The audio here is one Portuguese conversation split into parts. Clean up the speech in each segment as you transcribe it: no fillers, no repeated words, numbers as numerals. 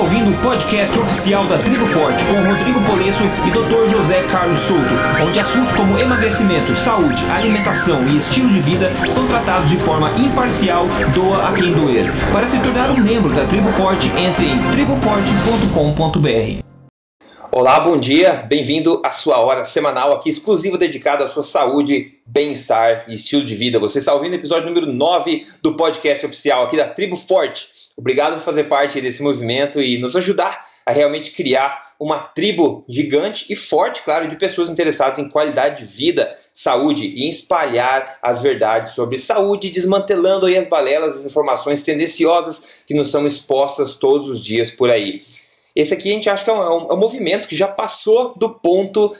ouvindo o podcast oficial da Tribo Forte com Rodrigo Polesso e Dr. José Carlos Souto, onde assuntos como emagrecimento, saúde, alimentação e estilo de vida são tratados de forma imparcial, doa a quem doer. Para se tornar um membro da Tribo Forte, entre em triboforte.com.br. Olá, bom dia, bem-vindo à sua hora semanal aqui exclusiva dedicada à sua saúde, bem-estar e estilo de vida. Você está ouvindo o episódio número 9 do podcast oficial aqui da Tribo Forte. Obrigado por fazer parte desse movimento e nos ajudar a realmente criar uma tribo gigante e forte, claro, de pessoas interessadas em qualidade de vida, saúde e em espalhar as verdades sobre saúde, desmantelando aí as balelas, as informações tendenciosas que nos são expostas todos os dias por aí. Esse aqui a gente acha que é um movimento que já passou do ponto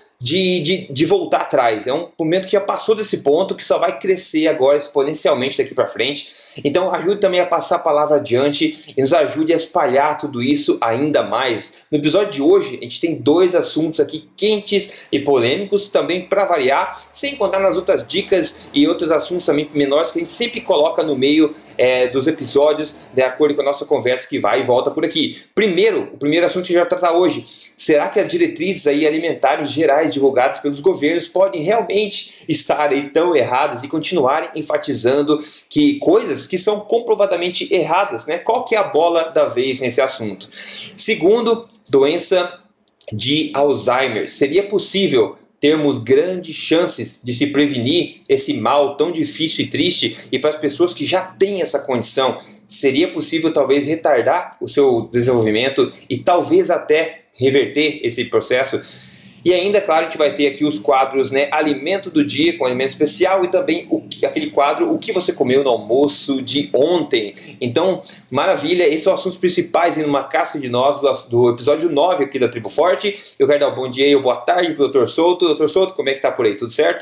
de voltar atrás. É um movimento que já passou desse ponto, que só vai crescer agora exponencialmente daqui para frente. Então ajude também a passar a palavra adiante e nos ajude a espalhar tudo isso ainda mais. No episódio de hoje a gente tem dois assuntos aqui quentes e polêmicos também para variar, sem contar nas outras dicas e outros assuntos também menores que a gente sempre coloca no meio dos episódios, de acordo com a nossa conversa que vai e volta por aqui. O primeiro assunto que a gente vai tratar hoje: será que as diretrizes aí alimentares gerais divulgadas pelos governos podem realmente estar aí tão erradas e continuarem enfatizando que coisas que são comprovadamente erradas, né? Qual que é a bola da vez nesse assunto? Segundo, doença de Alzheimer. Seria possível termos grandes chances de se prevenir esse mal tão difícil e triste? E para as pessoas que já têm essa condição, seria possível talvez retardar o seu desenvolvimento e talvez até reverter esse processo? E ainda, claro, a gente vai ter aqui os quadros, né? Alimento do dia com alimento especial e também aquele quadro O que você comeu no almoço de ontem. Então, maravilha, esses são os assuntos principais em uma casca de nós do episódio 9 aqui da Tribo Forte. Eu quero dar um bom dia e boa tarde para o Dr. Souto. Dr. Souto, como é que tá por aí? Tudo certo?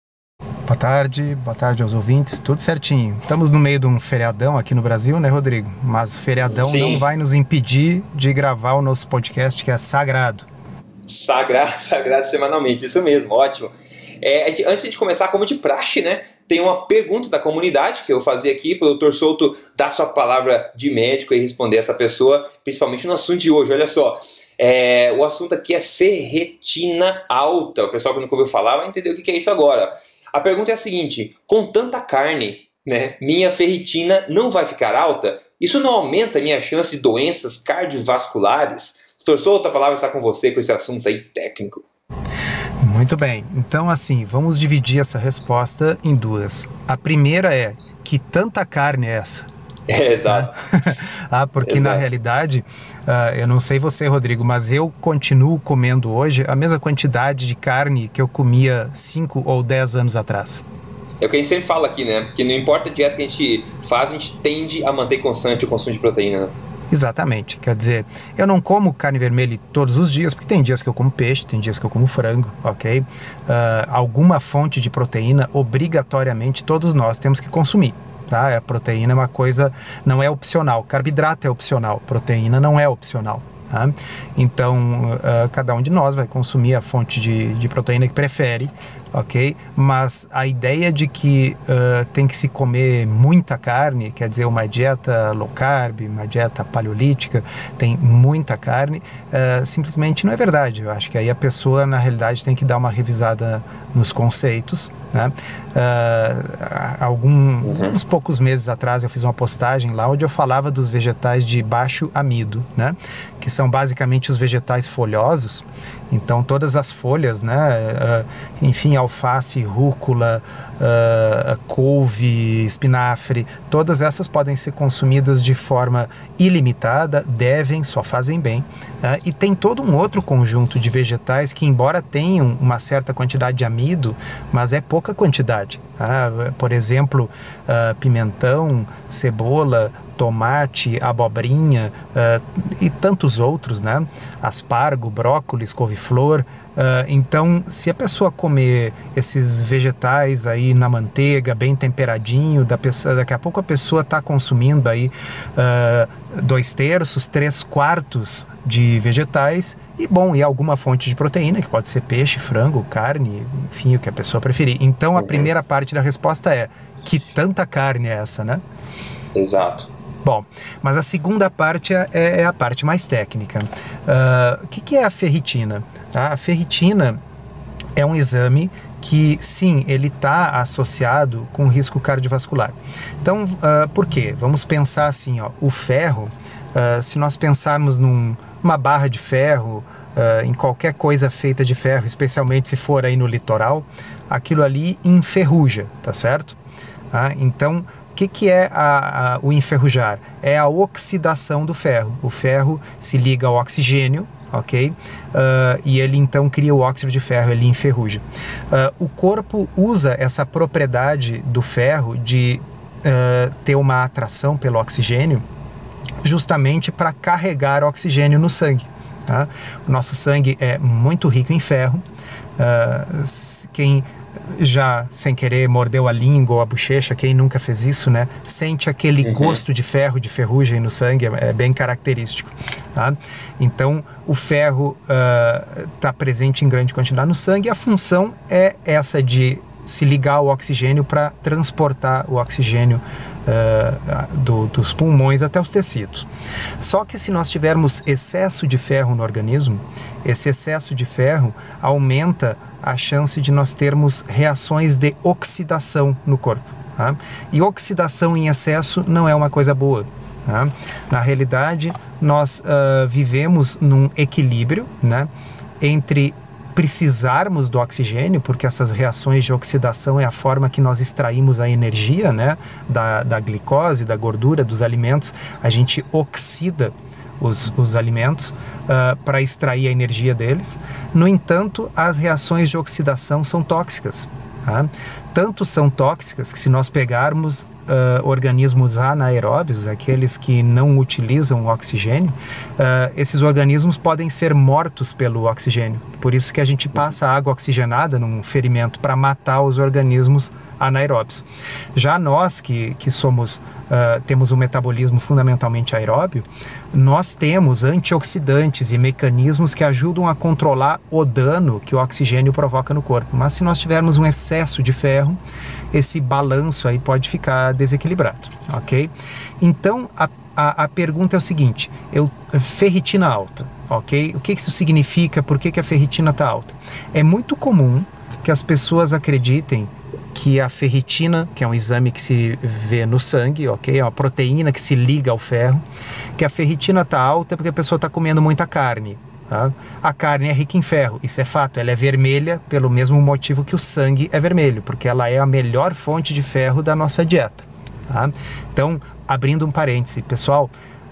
Boa tarde aos ouvintes, tudo certinho. Estamos no meio de um feriadão aqui no Brasil, né, Rodrigo? Mas o feriadão Sim. Não vai nos impedir de gravar o nosso podcast, que é sagrado. Sagrado semanalmente, isso mesmo, ótimo. Antes de começar, como de praxe, né, tem uma pergunta da comunidade que eu vou fazer aqui para o Dr. Souto dar sua palavra de médico e responder essa pessoa, principalmente no assunto de hoje. Olha só, o assunto aqui é ferritina alta. O pessoal que nunca ouviu falar vai entender o que é isso agora. A pergunta é a seguinte: com tanta carne, né, minha ferritina não vai ficar alta? Isso não aumenta a minha chance de doenças cardiovasculares? Doutor Souto, a palavra está com você com esse assunto aí técnico. Muito bem, então assim, vamos dividir essa resposta em duas. A primeira é: que tanta carne é essa? Exato. Porque Exato. Na realidade, eu não sei você, Rodrigo, mas eu continuo comendo hoje a mesma quantidade de carne que eu comia 5 ou 10 anos atrás. É o que a gente sempre fala aqui, né? Que não importa a dieta que a gente faz, a gente tende a manter constante o consumo de proteína, né? Exatamente, quer dizer, eu não como carne vermelha todos os dias, porque tem dias que eu como peixe, tem dias que eu como frango, ok? Alguma fonte de proteína, obrigatoriamente, todos nós temos que consumir, tá? A proteína é uma coisa, não é opcional, carboidrato é opcional, proteína não é opcional. Tá? Então, cada um de nós vai consumir a fonte de proteína que prefere, ok? Mas a ideia de que tem que se comer muita carne, quer dizer, uma dieta low carb, uma dieta paleolítica, tem muita carne, simplesmente não é verdade. Eu acho que aí a pessoa, na realidade, tem que dar uma revisada nos conceitos, né? Uns poucos meses atrás eu fiz uma postagem lá onde eu falava dos vegetais de baixo amido, né? Que são basicamente os vegetais folhosos. Então todas as folhas, né? Enfim, alface, rúcula, couve, espinafre, todas essas podem ser consumidas de forma ilimitada, só fazem bem. E tem todo um outro conjunto de vegetais que, embora tenham uma certa quantidade de amido, mas é pouca quantidade. Por exemplo, pimentão, cebola, tomate, abobrinha e tantos outros, né? Aspargo, brócolis, couve-flor. Então, se a pessoa comer esses vegetais aí na manteiga, bem temperadinho, daqui a pouco a pessoa está consumindo aí 2/3, 3/4 de vegetais e alguma fonte de proteína, que pode ser peixe, frango, carne, enfim, o que a pessoa preferir. Então, a primeira parte da resposta é: que tanta carne é essa, né? Exato. Bom, mas a segunda parte é a parte mais técnica. O que é a ferritina? A ferritina é um exame que, sim, ele está associado com risco cardiovascular. Então, por quê? Vamos pensar assim, ó, o ferro, se nós pensarmos numa barra de ferro, em qualquer coisa feita de ferro, especialmente se for aí no litoral, aquilo ali enferruja, tá certo? Então, o que é o enferrujar? É a oxidação do ferro. O ferro se liga ao oxigênio, ok? E ele então cria o óxido de ferro, ele enferruja. O corpo usa essa propriedade do ferro de ter uma atração pelo oxigênio justamente para carregar oxigênio no sangue. Tá? O nosso sangue é muito rico em ferro. Quem já, sem querer, mordeu a língua ou a bochecha, quem nunca fez isso, né? Sente aquele gosto de ferro, de ferrugem no sangue, é bem característico. Tá? Então, o ferro está presente em grande quantidade no sangue e a função é essa de se ligar ao oxigênio para transportar o oxigênio dos pulmões até os tecidos. Só que se nós tivermos excesso de ferro no organismo, esse excesso de ferro aumenta a chance de nós termos reações de oxidação no corpo. Tá? E oxidação em excesso não é uma coisa boa. Tá? Na realidade, nós vivemos num equilíbrio, né, entre precisarmos do oxigênio, porque essas reações de oxidação é a forma que nós extraímos a energia, né, da glicose, da gordura, dos alimentos. A gente oxida os alimentos para extrair a energia deles. No entanto, as reações de oxidação são tóxicas. Tá? Tanto são tóxicas que, se nós pegarmos organismos anaeróbios, aqueles que não utilizam o oxigênio, esses organismos podem ser mortos pelo oxigênio. Por isso que a gente passa água oxigenada num ferimento para matar os organismos anaeróbios. Já nós que temos um metabolismo fundamentalmente aeróbio, nós temos antioxidantes e mecanismos que ajudam a controlar o dano que o oxigênio provoca no corpo. Mas se nós tivermos um excesso de ferro, esse balanço aí pode ficar desequilibrado, ok? Então, a pergunta é o seguinte: ferritina alta, ok? O que isso significa? Por que a ferritina está alta? É muito comum que as pessoas acreditem que a ferritina, que é um exame que se vê no sangue, ok? É uma proteína que se liga ao ferro, que a ferritina está alta porque a pessoa está comendo muita carne. Tá? A carne é rica em ferro, isso é fato, ela é vermelha pelo mesmo motivo que o sangue é vermelho, porque ela é a melhor fonte de ferro da nossa dieta. Tá? Então, abrindo um parêntese, pessoal,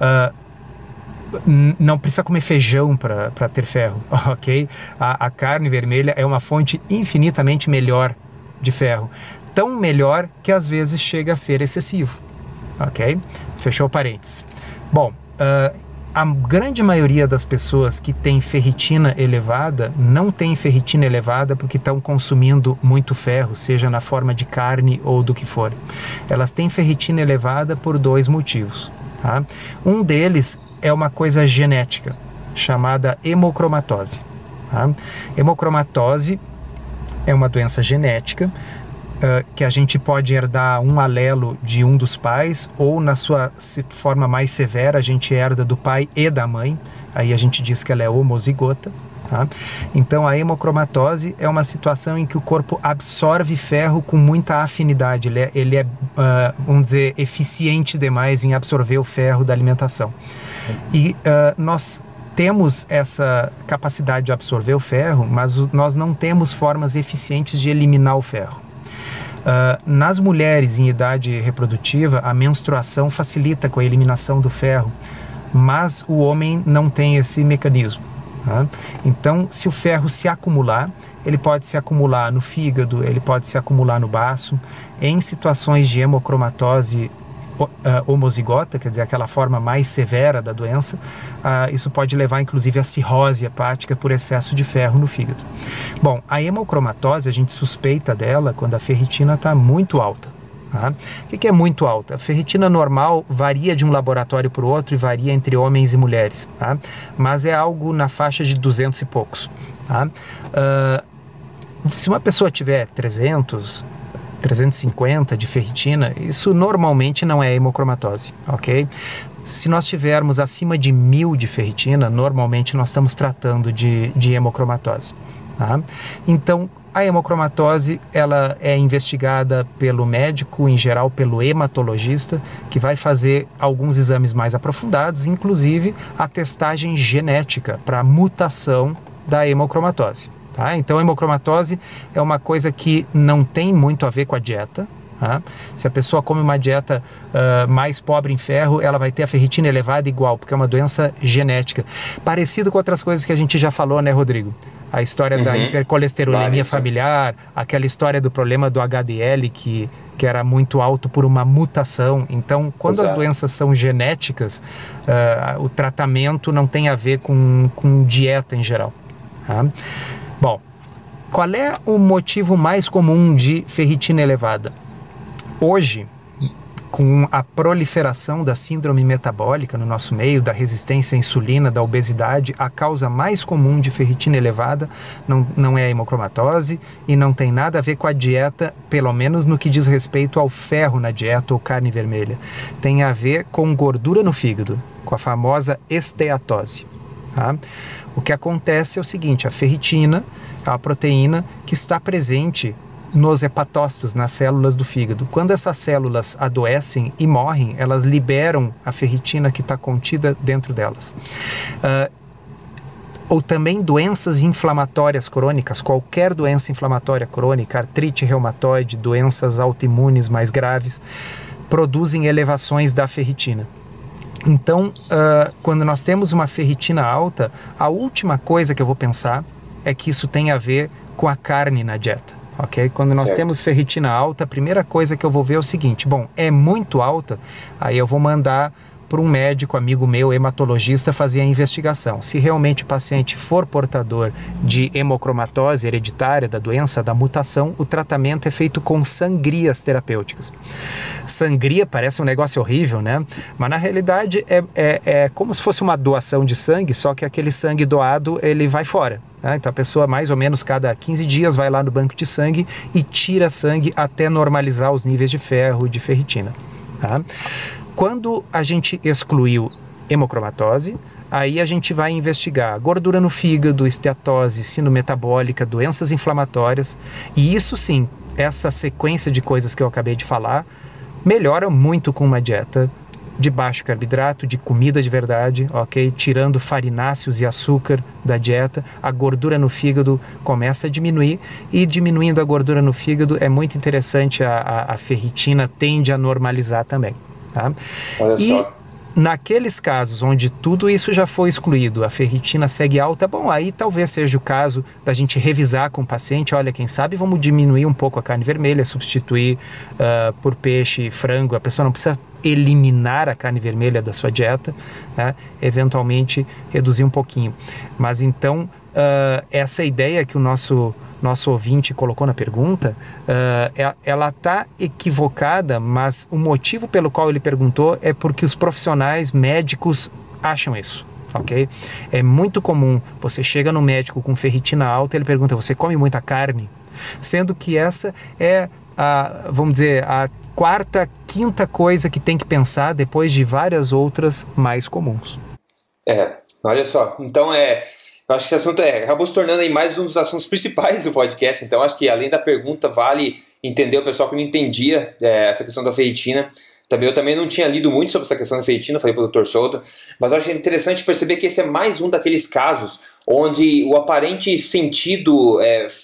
não precisa comer feijão para ter ferro, ok? A carne vermelha é uma fonte infinitamente melhor de ferro, tão melhor que às vezes chega a ser excessivo, ok? Fechou o parênteses. Bom, a grande maioria das pessoas que tem ferritina elevada não tem ferritina elevada porque estão consumindo muito ferro, seja na forma de carne ou do que for. Elas têm ferritina elevada por dois motivos. Tá? Um deles é uma coisa genética, chamada hemocromatose. Tá? Hemocromatose é uma doença genética que a gente pode herdar um alelo de um dos pais, ou na sua forma mais severa a gente herda do pai e da mãe, aí a gente diz que ela é homozigota. Tá? Então a hemocromatose é uma situação em que o corpo absorve ferro com muita afinidade, ele é vamos dizer, eficiente demais em absorver o ferro da alimentação. E nós temos essa capacidade de absorver o ferro, mas nós não temos formas eficientes de eliminar o ferro. Nas mulheres em idade reprodutiva, a menstruação facilita com a eliminação do ferro, mas o homem não tem esse mecanismo. Tá? Então, se o ferro se acumular, ele pode se acumular no fígado, ele pode se acumular no baço. Em situações de hemocromatose homozigota, quer dizer, aquela forma mais severa da doença, isso pode levar inclusive a cirrose hepática por excesso de ferro no fígado. Bom, a hemocromatose, a gente suspeita dela quando a ferritina está muito alta. Tá? O que é muito alta? A ferritina normal varia de um laboratório para o outro e varia entre homens e mulheres, tá? Mas é algo na faixa de 200 e poucos. Tá? Se uma pessoa tiver 300, 350 de ferritina, isso normalmente não é hemocromatose, ok? Se nós tivermos acima de 1000 de ferritina, normalmente nós estamos tratando de hemocromatose. Tá? Então, a hemocromatose ela é investigada pelo médico, em geral pelo hematologista, que vai fazer alguns exames mais aprofundados, inclusive a testagem genética para a mutação da hemocromatose. Tá? Então, a hemocromatose é uma coisa que não tem muito a ver com a dieta. Tá? Se a pessoa come uma dieta mais pobre em ferro, ela vai ter a ferritina elevada igual, porque é uma doença genética. Parecido com outras coisas que a gente já falou, né, Rodrigo? A história da hipercolesterolemia familiar, aquela história do problema do HDL que era muito alto por uma mutação. Então, quando as doenças são genéticas, o tratamento não tem a ver com dieta em geral. Tá? Bom, qual é o motivo mais comum de ferritina elevada? Hoje, com a proliferação da síndrome metabólica no nosso meio, da resistência à insulina, da obesidade, a causa mais comum de ferritina elevada não é a hemocromatose e não tem nada a ver com a dieta, pelo menos no que diz respeito ao ferro na dieta ou carne vermelha. Tem a ver com gordura no fígado, com a famosa esteatose. Tá? O que acontece é o seguinte, a ferritina é uma proteína que está presente nos hepatócitos, nas células do fígado. Quando essas células adoecem e morrem, elas liberam a ferritina que está contida dentro delas. Ou também doenças inflamatórias crônicas, qualquer doença inflamatória crônica, artrite reumatoide, doenças autoimunes mais graves, produzem elevações da ferritina. Então, quando nós temos uma ferritina alta, a última coisa que eu vou pensar é que isso tem a ver com a carne na dieta. Okay? Quando nós temos ferritina alta, a primeira coisa que eu vou ver é o seguinte, bom, é muito alta, aí eu vou mandar para um médico, amigo meu, hematologista, fazer a investigação. Se realmente o paciente for portador de hemocromatose hereditária, da doença, da mutação, o tratamento é feito com sangrias terapêuticas. Sangria parece um negócio horrível, né? Mas na realidade é como se fosse uma doação de sangue, só que aquele sangue doado, ele vai fora. Tá? Então a pessoa mais ou menos cada 15 dias vai lá no banco de sangue e tira sangue até normalizar os níveis de ferro e de ferritina. Tá? Quando a gente excluiu hemocromatose, aí a gente vai investigar gordura no fígado, esteatose, síndrome metabólica, doenças inflamatórias, e isso sim, essa sequência de coisas que eu acabei de falar, melhora muito com uma dieta de baixo carboidrato, de comida de verdade, ok? Tirando farináceos e açúcar da dieta, a gordura no fígado começa a diminuir, e diminuindo a gordura no fígado é muito interessante, a ferritina tende a normalizar também. Tá? Olha só. Naqueles casos onde tudo isso já foi excluído, a ferritina segue alta, bom, aí talvez seja o caso da gente revisar com o paciente, olha, quem sabe vamos diminuir um pouco a carne vermelha, substituir por peixe e frango, a pessoa não precisa eliminar a carne vermelha da sua dieta, né? Eventualmente reduzir um pouquinho. Mas então, essa ideia que o nosso ouvinte colocou na pergunta, ela está equivocada, mas o motivo pelo qual ele perguntou é porque os profissionais médicos acham isso, ok? É muito comum, você chega no médico com ferritina alta, ele pergunta, você come muita carne? Sendo que essa é, vamos dizer, a quarta, quinta coisa que tem que pensar depois de várias outras mais comuns. Olha só, então eu acho que esse assunto acabou se tornando aí mais um dos assuntos principais do podcast, então acho que além da pergunta vale entender o pessoal que não entendia essa questão da ferritina. Eu também não tinha lido muito sobre essa questão da ferritina, falei para o Dr. Souto, mas eu acho interessante perceber que esse é mais um daqueles casos onde o aparente sentido,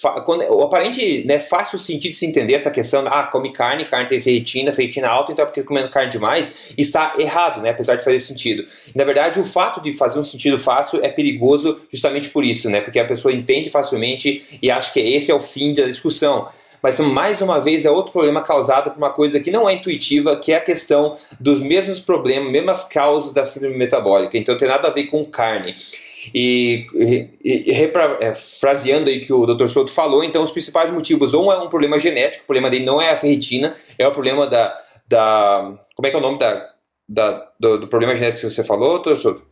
o aparente fácil sentido de se entender essa questão, come carne tem ferritina alta, então é porque comendo carne demais, está errado, né, apesar de fazer sentido. Na verdade, o fato de fazer um sentido fácil é perigoso justamente por isso, né, porque a pessoa entende facilmente e acha que esse é o fim da discussão. Mas, mais uma vez, é outro problema causado por uma coisa que não é intuitiva, que é a questão dos mesmos problemas, mesmas causas da síndrome metabólica. Então, tem nada a ver com carne. E fraseando aí que o Dr. Souto falou, então, os principais motivos, ou é um problema genético, o problema dele não é a ferritina, é o problema como é que é o nome do problema genético que você falou, Dr. Souto?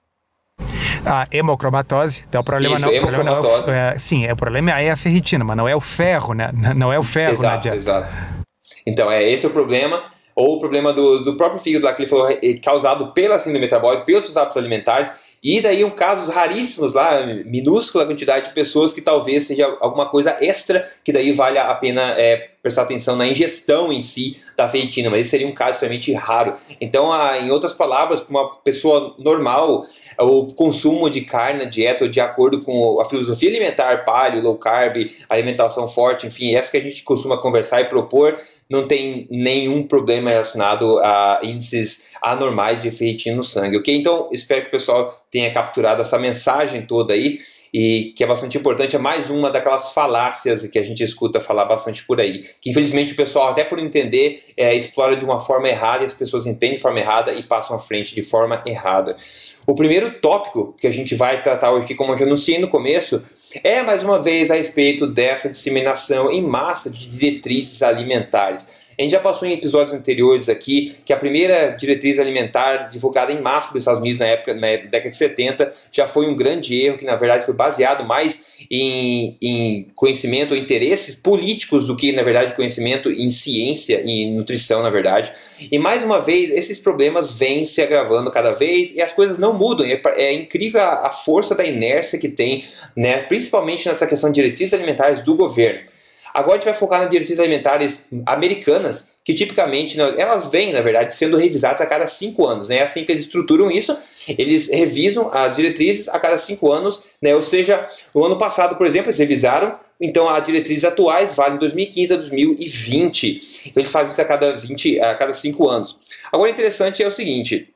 A hemocromatose, então o problema Isso, não, hemocromatose. sim, o problema é a ferritina, mas não é o ferro, né? Não é o ferro na dieta. Exato. Então, esse é o problema. Ou o problema do próprio fígado lá, que ele falou, causado pela síndrome metabólica, pelos seus hábitos alimentares. E daí casos raríssimos lá, minúscula quantidade de pessoas que talvez seja alguma coisa extra, que daí vale a pena prestar atenção na ingestão em si da ferritina, mas esse seria um caso extremamente raro. Então, em outras palavras, para uma pessoa normal, o consumo de carne na dieta, de acordo com a filosofia alimentar, paleo, low carb, alimentação forte, enfim, essa que a gente costuma conversar e propor, não tem nenhum problema relacionado a índices anormais de ferritina no sangue, ok? Então, espero que o pessoal tenha capturado essa mensagem toda aí, e que é bastante importante, é mais uma daquelas falácias que a gente escuta falar bastante por aí, que infelizmente o pessoal, até por entender, explora de uma forma errada, e as pessoas entendem de forma errada e passam à frente de forma errada. O primeiro tópico que a gente vai tratar hoje aqui, como eu já anunciei no começo, é mais uma vez a respeito dessa disseminação em massa de diretrizes alimentares. A gente já passou em episódios anteriores aqui que a primeira diretriz alimentar divulgada em massa dos Estados Unidos na década de 70 já foi um grande erro, que na verdade foi baseado mais em conhecimento ou interesses políticos do que na verdade conhecimento em ciência e nutrição, na verdade. E mais uma vez esses problemas vêm se agravando cada vez e as coisas não mudam. É incrível a força da inércia que tem, né, principalmente nessa questão de diretrizes alimentares do governo. Agora a gente vai focar nas diretrizes alimentares americanas, que tipicamente elas vêm, na verdade, sendo revisadas a cada 5 anos. É assim que eles estruturam isso, eles revisam as diretrizes a cada 5 anos, né? Ou seja, no ano passado, por exemplo, eles revisaram, então as diretrizes atuais valem de 2015 a 2020. Então eles fazem isso a cada 5 anos. Agora o interessante é o seguinte...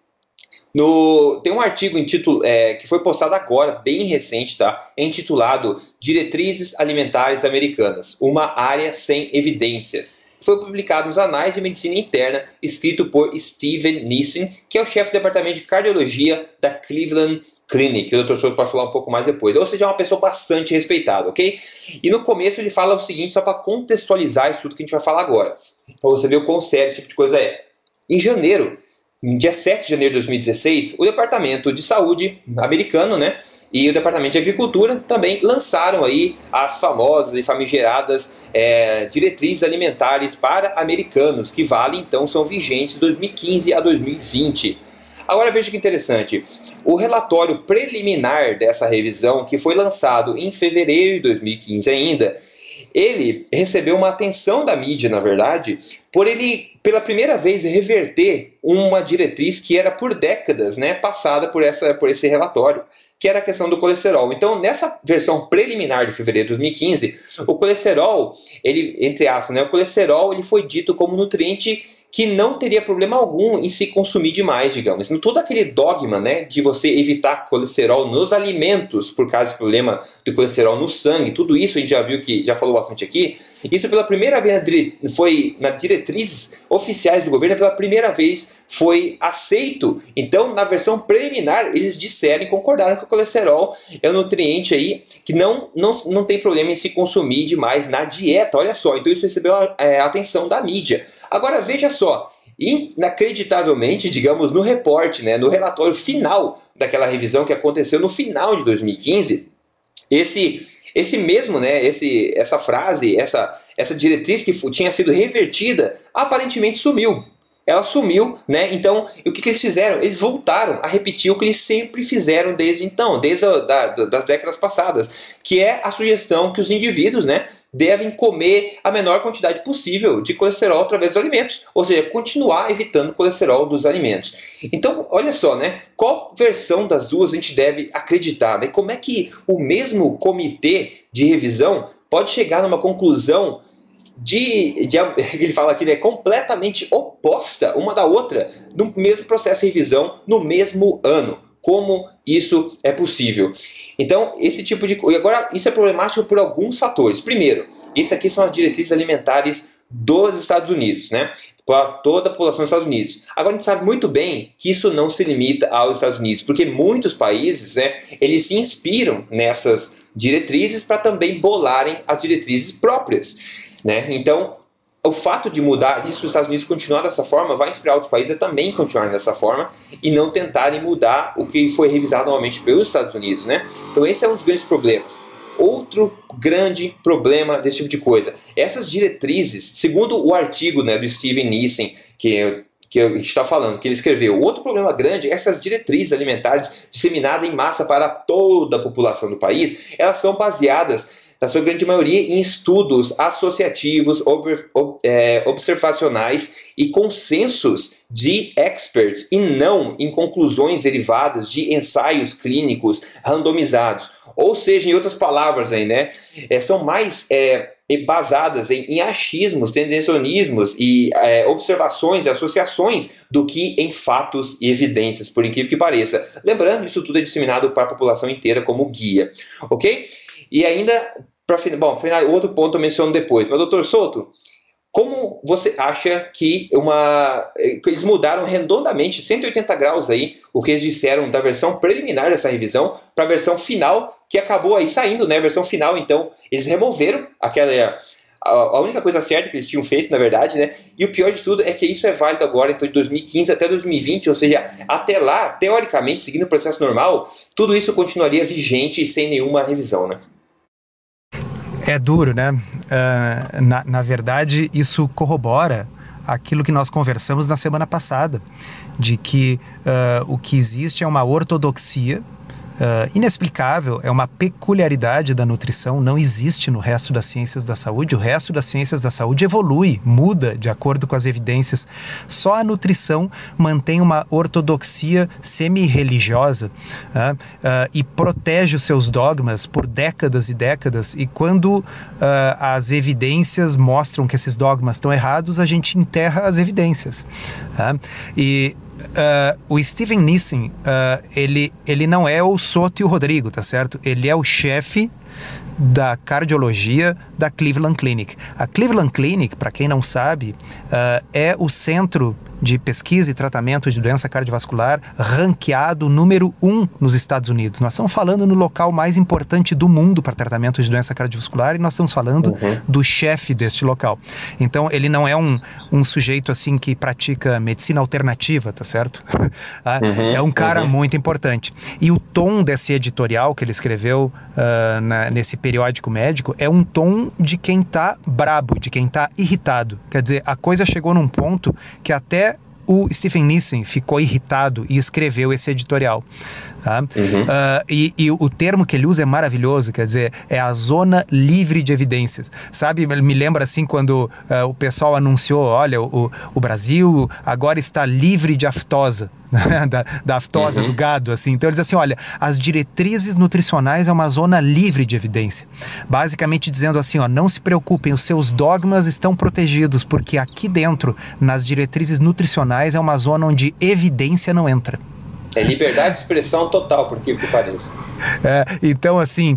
Tem um artigo que foi postado agora, bem recente, tá? Intitulado Diretrizes Alimentares Americanas, uma área sem evidências. Foi publicado nos Anais de Medicina Interna, escrito por Steven Nissen, que é o chefe do departamento de cardiologia da Cleveland Clinic, que o Dr. Souto pode falar um pouco mais depois. Ou seja, é uma pessoa bastante respeitada, ok? E no começo ele fala o seguinte, só para contextualizar isso tudo que a gente vai falar agora, para você ver o quão sério esse tipo de coisa é. Em janeiro, dia 7 de janeiro de 2016, o Departamento de Saúde americano, né, e o Departamento de Agricultura também lançaram aí as famosas e famigeradas diretrizes alimentares para americanos, que valem, então, são vigentes de 2015 a 2020. Agora veja que interessante, o relatório preliminar dessa revisão, que foi lançado em fevereiro de 2015 ainda, ele recebeu uma atenção da mídia, na verdade, por ele, pela primeira vez, reverter uma diretriz que era por décadas, né, passada por esse relatório, que era a questão do colesterol. Então, nessa versão preliminar de fevereiro de 2015, o colesterol, ele, entre aspas, né, o colesterol ele foi dito como nutriente que não teria problema algum em se consumir demais, digamos. Todo aquele dogma, né, de você evitar colesterol nos alimentos por causa do problema do colesterol no sangue, tudo isso a gente já viu, que já falou bastante aqui, isso pela primeira vez foi nas diretrizes oficiais do governo, pela primeira vez foi aceito. Então, na versão preliminar, eles disseram e concordaram que o colesterol é um nutriente aí que não tem problema em se consumir demais na dieta. Olha só, então isso recebeu a atenção da mídia. Agora veja só, inacreditavelmente, digamos, no reporte, né, no relatório final daquela revisão que aconteceu no final de 2015, esse mesmo, né, essa frase, essa diretriz que tinha sido revertida, aparentemente sumiu. Ela sumiu, né? Então, o que eles fizeram? Eles voltaram a repetir o que eles sempre fizeram desde então, desde das décadas passadas, que é a sugestão que os indivíduos, né, devem comer a menor quantidade possível de colesterol através dos alimentos, ou seja, continuar evitando o colesterol dos alimentos. Então, olha só, né? Qual versão das duas a gente deve acreditar? Né? Como é que o mesmo comitê de revisão pode chegar numa conclusão ele fala aqui, né, completamente oposta uma da outra no mesmo processo de revisão, no mesmo ano? Como isso é possível? Então, esse tipo de coisa. Agora, isso é problemático por alguns fatores. Primeiro, isso aqui são as diretrizes alimentares dos Estados Unidos, né? Para toda a população dos Estados Unidos. Agora, a gente sabe muito bem que isso não se limita aos Estados Unidos, porque muitos países, né, eles se inspiram nessas diretrizes para também bolarem as diretrizes próprias, né? Então, o fato de mudar disso, os Estados Unidos continuar dessa forma, vai inspirar outros países a também continuarem dessa forma e não tentarem mudar o que foi revisado normalmente pelos Estados Unidos, né? Então esse é um dos grandes problemas. outro grande problema desse tipo de coisa. Essas diretrizes, segundo o artigo, né, do Steven Nissen, que a gente está falando, que ele escreveu, outro problema grande é essas diretrizes alimentares disseminadas em massa para toda a população do país, elas são baseadas, na sua grande maioria, em estudos associativos, observacionais e consensos de experts, e não em conclusões derivadas de ensaios clínicos randomizados. Ou seja, em outras palavras, aí, né, são mais basadas em achismos, tendencionismos e observações e associações do que em fatos e evidências, por incrível que pareça. Lembrando, isso tudo é disseminado para a população inteira como guia, ok? E ainda, para final, outro ponto eu menciono depois. Mas, doutor Souto, como você acha que eles mudaram redondamente 180 graus aí o que eles disseram da versão preliminar dessa revisão para a versão final, que acabou aí saindo, né? A versão final, então, eles removeram a única coisa certa que eles tinham feito, na verdade, né? E o pior de tudo é que isso é válido agora, então, de 2015 até 2020, ou seja, até lá, teoricamente, seguindo o processo normal, tudo isso continuaria vigente e sem nenhuma revisão, né? É duro, né? Na verdade, isso corrobora aquilo que nós conversamos na semana passada, de que o que existe é uma ortodoxia inexplicável, é uma peculiaridade da nutrição, não existe no resto das ciências da saúde. O resto das ciências da saúde evolui, muda de acordo com as evidências. Só a nutrição mantém uma ortodoxia semi-religiosa e protege os seus dogmas por décadas e décadas, e quando as evidências mostram que esses dogmas estão errados, a gente enterra as evidências. O Steven Nissen, ele não é o Souto e o Rodrigo, tá certo? Ele é o chefe da cardiologia da Cleveland Clinic. A Cleveland Clinic, para quem não sabe, é o centro de pesquisa e tratamento de doença cardiovascular ranqueado número 1 nos Estados Unidos. Nós estamos falando no local mais importante do mundo para tratamento de doença cardiovascular, e nós estamos falando do chefe deste local. Então, ele não é um sujeito assim que pratica medicina alternativa, tá certo? É um cara muito importante. E o tom desse editorial que ele escreveu nesse periódico médico é um tom de quem está brabo, de quem está irritado. Quer dizer, a coisa chegou num ponto que até o Steven Nissen ficou irritado e escreveu esse editorial. Tá? E o termo que ele usa é maravilhoso, quer dizer, é a zona livre de evidências. Sabe, me lembra assim quando o pessoal anunciou, olha, o Brasil agora está livre de aftosa. da aftosa do gado, assim. Então eles dizem assim, olha, as diretrizes nutricionais é uma zona livre de evidência, basicamente dizendo assim, ó, não se preocupem, os seus dogmas estão protegidos, porque aqui dentro, nas diretrizes nutricionais, é uma zona onde evidência não entra. É liberdade de expressão total, por que pareça. Então, assim,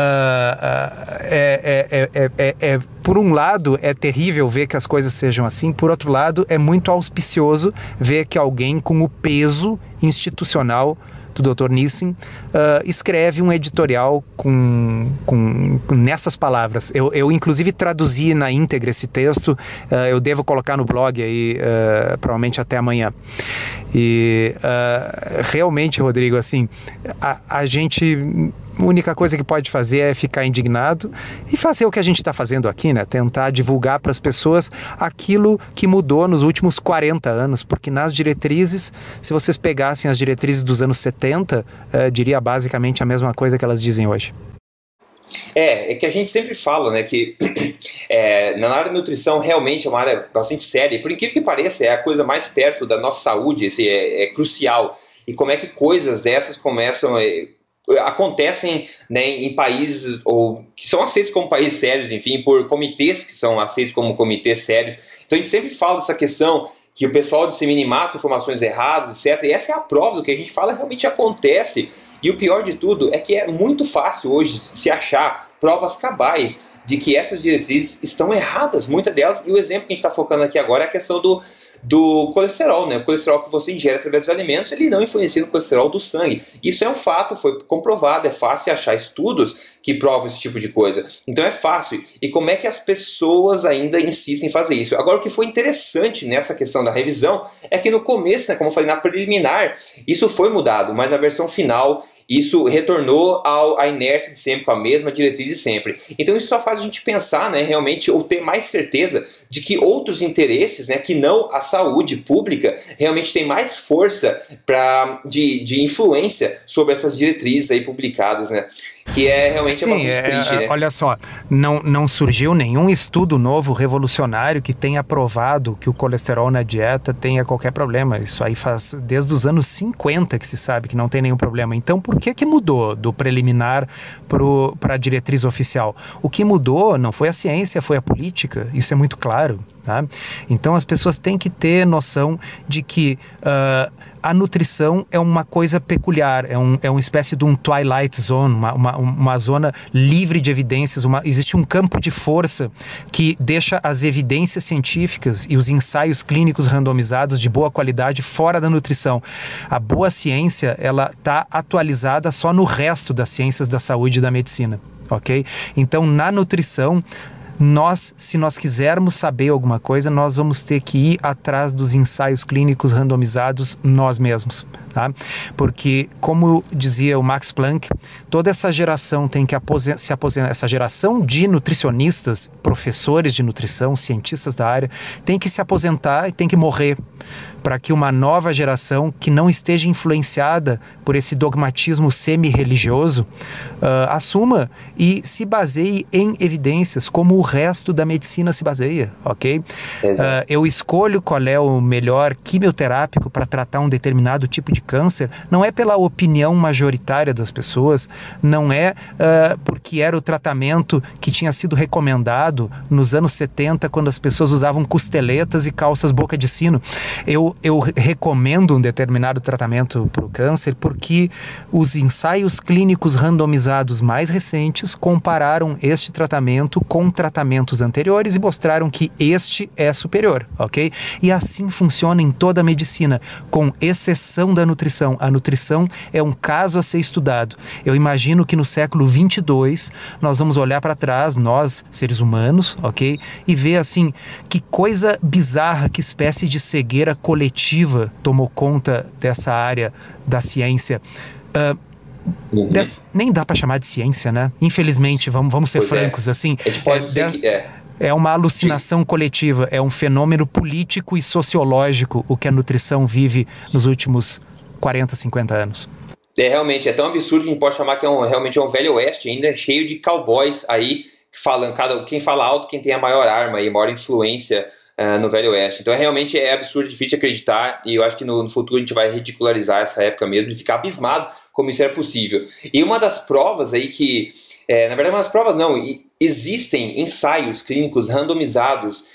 por um lado é terrível ver que as coisas sejam assim, por outro lado é muito auspicioso ver que alguém com o peso institucional do Dr. Nissen escreve um editorial com nessas palavras. Eu inclusive traduzi na íntegra esse texto, eu devo colocar no blog aí provavelmente até amanhã. E realmente, Rodrigo, assim, a gente... A única coisa que pode fazer é ficar indignado e fazer o que a gente está fazendo aqui, né? Tentar divulgar para as pessoas aquilo que mudou nos últimos 40 anos, porque nas diretrizes, se vocês pegassem as diretrizes dos anos 70, diria basicamente a mesma coisa que elas dizem hoje. É que a gente sempre fala, né, que na área de nutrição realmente é uma área bastante séria, e por incrível que pareça, é a coisa mais perto da nossa saúde, assim, é crucial. E como é que coisas dessas acontecem, né, em países que são aceitos como países sérios, enfim, por comitês que são aceitos como comitês sérios. Então a gente sempre fala dessa questão que o pessoal dissemina em massa informações erradas, etc. E essa é a prova do que a gente fala realmente acontece. E o pior de tudo é que é muito fácil hoje se achar provas cabais de que essas diretrizes estão erradas, muitas delas, e o exemplo que a gente está focando aqui agora é a questão do colesterol, né? O colesterol que você ingere através dos alimentos, ele não influencia no colesterol do sangue. Isso é um fato, foi comprovado, é fácil achar estudos que provam esse tipo de coisa. Então é fácil. E como é que as pessoas ainda insistem em fazer isso? Agora, o que foi interessante nessa questão da revisão é que no começo, né, como eu falei, na preliminar, isso foi mudado, mas na versão final isso retornou à inércia de sempre, com a mesma diretriz de sempre. Então isso só faz a gente pensar, né, realmente, ou ter mais certeza de que outros interesses, né, que não a saúde pública, realmente tem mais força de influência sobre essas diretrizes aí publicadas, né? Que é realmente bastante triste, né? Olha só, não surgiu nenhum estudo novo, revolucionário, que tenha provado que o colesterol na dieta tenha qualquer problema. Isso aí faz desde os anos 50 que se sabe que não tem nenhum problema. Então, por que mudou do preliminar para a diretriz oficial? O que mudou não foi a ciência, foi a política. Isso é muito claro. Tá? Então as pessoas têm que ter noção de que a nutrição é uma coisa peculiar, é uma espécie de um twilight zone, uma zona livre de evidências, existe um campo de força que deixa as evidências científicas e os ensaios clínicos randomizados de boa qualidade fora da nutrição. A boa ciência, ela está atualizada só no resto das ciências da saúde e da medicina, ok? Então, na nutrição, se nós quisermos saber alguma coisa, nós vamos ter que ir atrás dos ensaios clínicos randomizados nós mesmos, tá? Porque, como dizia o Max Planck, toda essa geração tem que se aposentar, essa geração de nutricionistas, professores de nutrição, cientistas da área, tem que se aposentar e tem que morrer, para que uma nova geração que não esteja influenciada por esse dogmatismo semi-religioso assuma e se baseie em evidências, como o resto da medicina se baseia, ok? Eu escolho qual é o melhor quimioterápico para tratar um determinado tipo de câncer, não é pela opinião majoritária das pessoas, não é porque era o tratamento que tinha sido recomendado nos anos 70, quando as pessoas usavam costeletas e calças boca de sino. Eu recomendo um determinado tratamento para o câncer porque os ensaios clínicos randomizados mais recentes compararam este tratamento com tratamentos anteriores e mostraram que este é superior, ok? E assim funciona em toda a medicina, com exceção da nutrição. A nutrição é um caso a ser estudado. Eu imagino que no século 22 nós vamos olhar para trás, nós, seres humanos, ok? E ver assim, que coisa bizarra, que espécie de cegueira coletiva tomou conta dessa área da ciência. Nem dá para chamar de ciência, né? Infelizmente, vamos ser francos, assim. A gente pode dizer que é uma alucinação coletiva, é um fenômeno político e sociológico o que a nutrição vive nos últimos 40, 50 anos. Realmente, é tão absurdo que a gente pode chamar que realmente é um velho oeste ainda, cheio de cowboys aí, quem fala alto, quem tem a maior arma e maior influência no Velho Oeste. Então realmente é absurdo, difícil de acreditar, e eu acho que no futuro a gente vai ridicularizar essa época mesmo e ficar abismado como isso era possível. E uma das provas aí que, na verdade uma das provas não, existem ensaios clínicos randomizados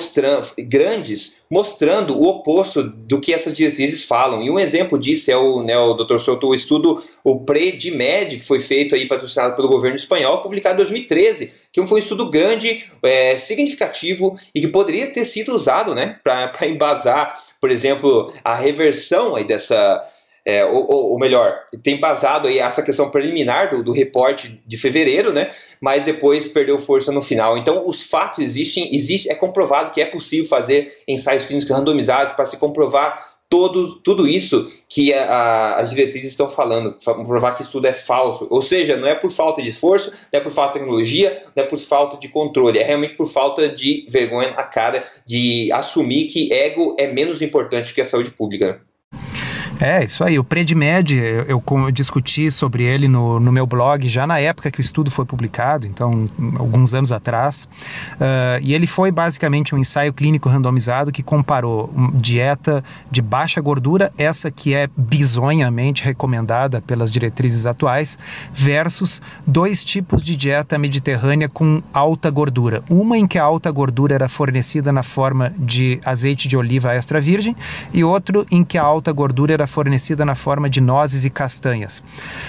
mostrando o oposto do que essas diretrizes falam. E um exemplo disso é o Dr. Souto, o estudo, o PREDIMED, que foi feito aí, patrocinado pelo governo espanhol, publicado em 2013, que foi um estudo grande, significativo, e que poderia ter sido usado, né, para embasar, por exemplo, a reversão aí dessa... ou melhor, tem embasado aí essa questão preliminar do reporte de fevereiro, né? Mas depois perdeu força no final. Então os fatos existem, é comprovado que é possível fazer ensaios clínicos randomizados para se comprovar tudo isso que as diretrizes estão falando, comprovar que isso tudo é falso. Ou seja, não é por falta de esforço, não é por falta de tecnologia, não é por falta de controle, é realmente por falta de vergonha na cara, de assumir que ego é menos importante que a saúde pública. Isso aí, o PREDIMED, eu discuti sobre ele no meu blog já na época que o estudo foi publicado, então alguns anos atrás, e ele foi basicamente um ensaio clínico randomizado que comparou dieta de baixa gordura, essa que é bizonhamente recomendada pelas diretrizes atuais, versus 2 tipos de dieta mediterrânea com alta gordura. Uma em que a alta gordura era fornecida na forma de azeite de oliva extra virgem e outro em que a alta gordura era fornecida na forma de nozes e castanhas.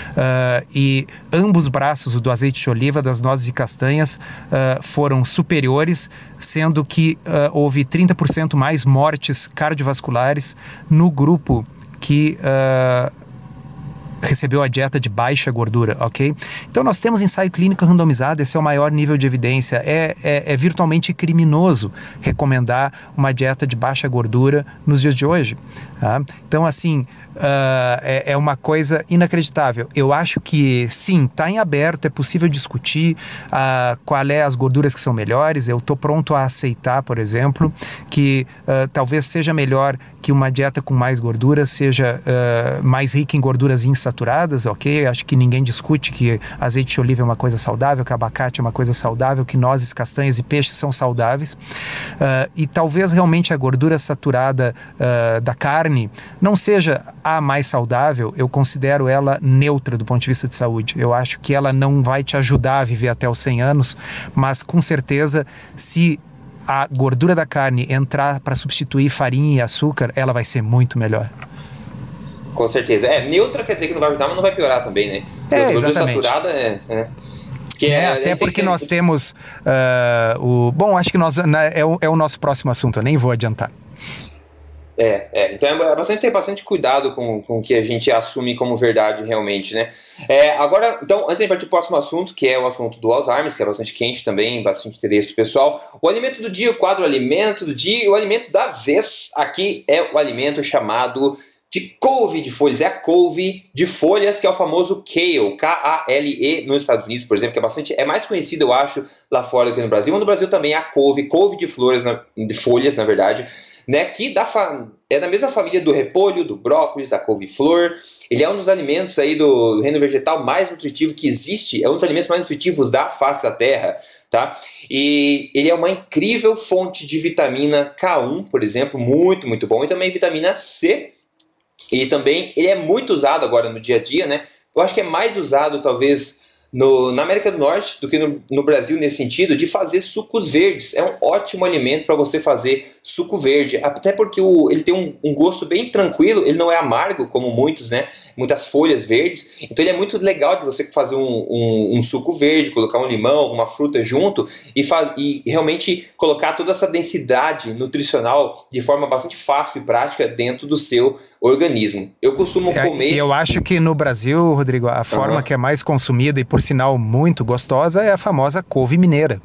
E ambos braços do azeite de oliva, das nozes e castanhas, foram superiores, sendo que houve 30% mais mortes cardiovasculares no grupo que recebeu a dieta de baixa gordura, ok? Então nós temos ensaio clínico randomizado, esse é o maior nível de evidência. É virtualmente criminoso recomendar uma dieta de baixa gordura nos dias de hoje. Tá? Então, assim, é uma coisa inacreditável. Eu acho que, sim, está em aberto, é possível discutir qual é as gorduras que são melhores. Eu estou pronto a aceitar, por exemplo, que talvez seja melhor que uma dieta com mais gordura seja mais rica em gorduras insaturadas, ok? Acho que ninguém discute que azeite de oliva é uma coisa saudável, que abacate é uma coisa saudável, que nozes, castanhas e peixes são saudáveis. E talvez realmente a gordura saturada da carne não seja a mais saudável. Eu considero ela neutra do ponto de vista de saúde. Eu acho que ela não vai te ajudar a viver até os 100 anos, mas com certeza, se a gordura da carne entrar para substituir farinha e açúcar, ela vai ser muito melhor. Com certeza. Neutra quer dizer que não vai ajudar, mas não vai piorar também, né? Gordura saturada até porque nós temos bom, acho que é o nosso próximo assunto, eu nem vou adiantar. Então tem bastante cuidado com o que a gente assume como verdade realmente, né? Agora, então, antes de partir para o próximo assunto, que é o assunto do Alzheimer, que é bastante quente também, bastante interesse do pessoal. O alimento do dia, o quadro alimento do dia, o alimento da vez, aqui é o alimento chamado de couve de folhas, é a couve de folhas, que é o famoso kale, K-A-L-E, nos Estados Unidos, por exemplo, que é mais conhecido, eu acho, lá fora do que no Brasil. Mas no Brasil também é a couve de folhas, na verdade, né, que é da mesma família do repolho, do brócolis, da couve-flor. Ele é um dos alimentos aí do reino vegetal mais nutritivo que existe, é um dos alimentos mais nutritivos da face da terra, tá? E ele é uma incrível fonte de vitamina K1, por exemplo, muito, muito bom, e também vitamina C. E também ele é muito usado agora no dia a dia, né? Eu acho que é mais usado, talvez, na América do Norte do que no Brasil, nesse sentido, de fazer sucos verdes. É um ótimo alimento para você fazer suco verde, até porque ele tem um gosto bem tranquilo, ele não é amargo como muitas folhas verdes, então ele é muito legal de você fazer um suco verde, colocar um limão, alguma fruta junto e realmente colocar toda essa densidade nutricional de forma bastante fácil e prática dentro do seu organismo. Eu costumo comer... Eu acho que no Brasil, Rodrigo, a forma que é mais consumida e por sinal muito gostosa é a famosa couve mineira.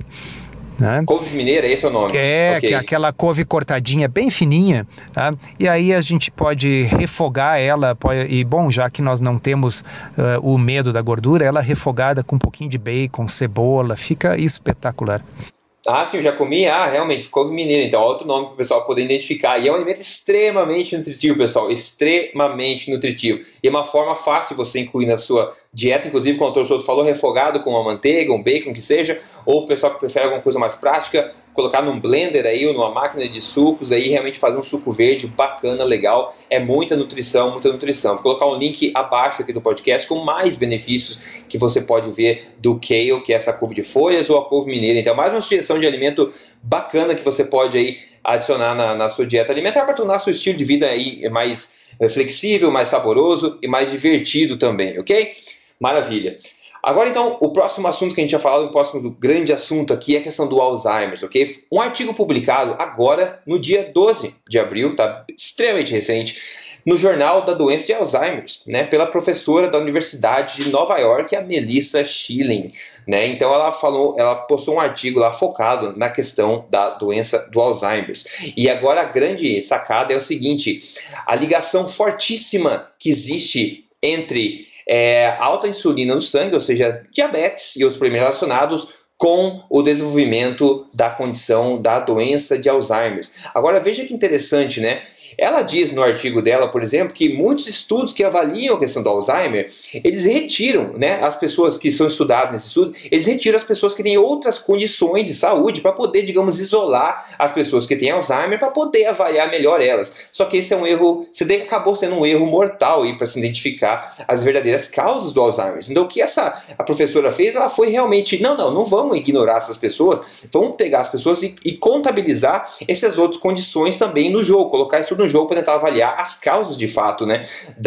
Né? Couve mineira, esse é o nome? Okay. Que é aquela couve cortadinha bem fininha, tá? E aí a gente pode refogar ela, e bom, já que nós não temos o medo da gordura, ela refogada com um pouquinho de bacon, cebola, fica espetacular. Sim, eu já comi. Realmente, couve mineira. Então, outro nome para o pessoal poder identificar. E é um alimento extremamente nutritivo, pessoal. Extremamente nutritivo. E é uma forma fácil de você incluir na sua dieta. Inclusive, como o Dr. Souto falou, refogado com uma manteiga, um bacon, que seja. Ou o pessoal que prefere alguma coisa mais prática, colocar num blender aí ou numa máquina de sucos aí, realmente fazer um suco verde bacana, legal. É muita nutrição, muita nutrição. Vou colocar um link abaixo aqui do podcast com mais benefícios que você pode ver do kale, que é essa couve de folhas, ou a couve mineira. Então, mais uma sugestão de alimento bacana que você pode aí adicionar na sua dieta alimentar para tornar seu estilo de vida aí mais flexível, mais saboroso e mais divertido também, ok? Maravilha. Agora, então, o próximo assunto que a gente já falou, o próximo grande assunto aqui é a questão do Alzheimer, ok? Um artigo publicado agora, no dia 12 de abril, tá extremamente recente, no Jornal da Doença de Alzheimer, né, pela professora da Universidade de Nova York, a Melissa Schilling, né? Então ela postou um artigo lá focado na questão da doença do Alzheimer. E agora a grande sacada é o seguinte: a ligação fortíssima que existe entre alta insulina no sangue, ou seja, diabetes e outros problemas relacionados com o desenvolvimento da condição da doença de Alzheimer. Agora veja que interessante, né? Ela diz no artigo dela, por exemplo, que muitos estudos que avaliam a questão do Alzheimer, eles retiram, né, as pessoas que são estudadas nesse estudo, eles retiram as pessoas que têm outras condições de saúde para poder, digamos, isolar as pessoas que têm Alzheimer para poder avaliar melhor elas. Só que esse é um erro, acabou sendo um erro mortal para se identificar as verdadeiras causas do Alzheimer. Então o que a professora fez, ela foi realmente, não vamos ignorar essas pessoas, vamos pegar as pessoas e contabilizar essas outras condições também no jogo, colocar isso no jogo para tentar avaliar as causas de fato, né,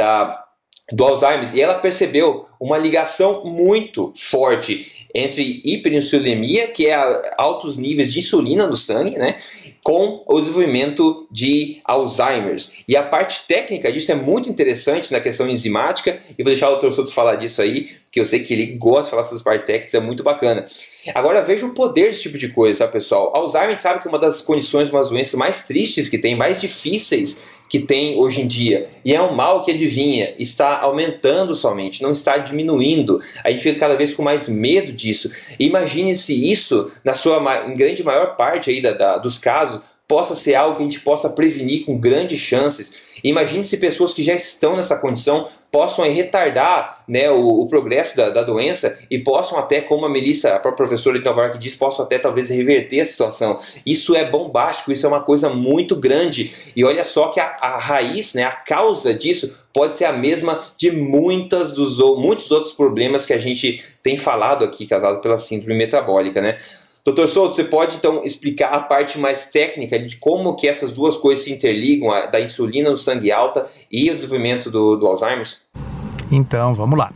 do Alzheimer, e ela percebeu uma ligação muito forte entre hiperinsulinemia, que é altos níveis de insulina no sangue, né, com o desenvolvimento de Alzheimer. E a parte técnica disso é muito interessante na questão enzimática, e vou deixar o Dr. Souto falar disso aí, porque eu sei que ele gosta de falar essas partes técnicas, é muito bacana. Agora veja o poder desse tipo de coisa, tá, pessoal? Alzheimer sabe que é uma das condições, uma das doenças mais tristes que tem, mais difíceis que tem hoje em dia, e é um mal que, adivinha, está aumentando somente, não está diminuindo. A gente fica cada vez com mais medo disso. Imagine se isso, em grande maior parte aí dos casos, possa ser algo que a gente possa prevenir com grandes chances. Imagine se pessoas que já estão nessa condição possam retardar, né, o progresso da doença e possam até, como a Melissa, a própria professora de Nova York diz, possam até talvez reverter a situação. Isso é bombástico, isso é uma coisa muito grande. E olha só que a raiz, né, a causa disso pode ser a mesma de muitos outros problemas que a gente tem falado aqui, causado pela síndrome metabólica, né? Dr. Souto, você pode então explicar a parte mais técnica de como que essas duas coisas se interligam, da insulina no sangue alta e o desenvolvimento do Alzheimer? Então, vamos lá.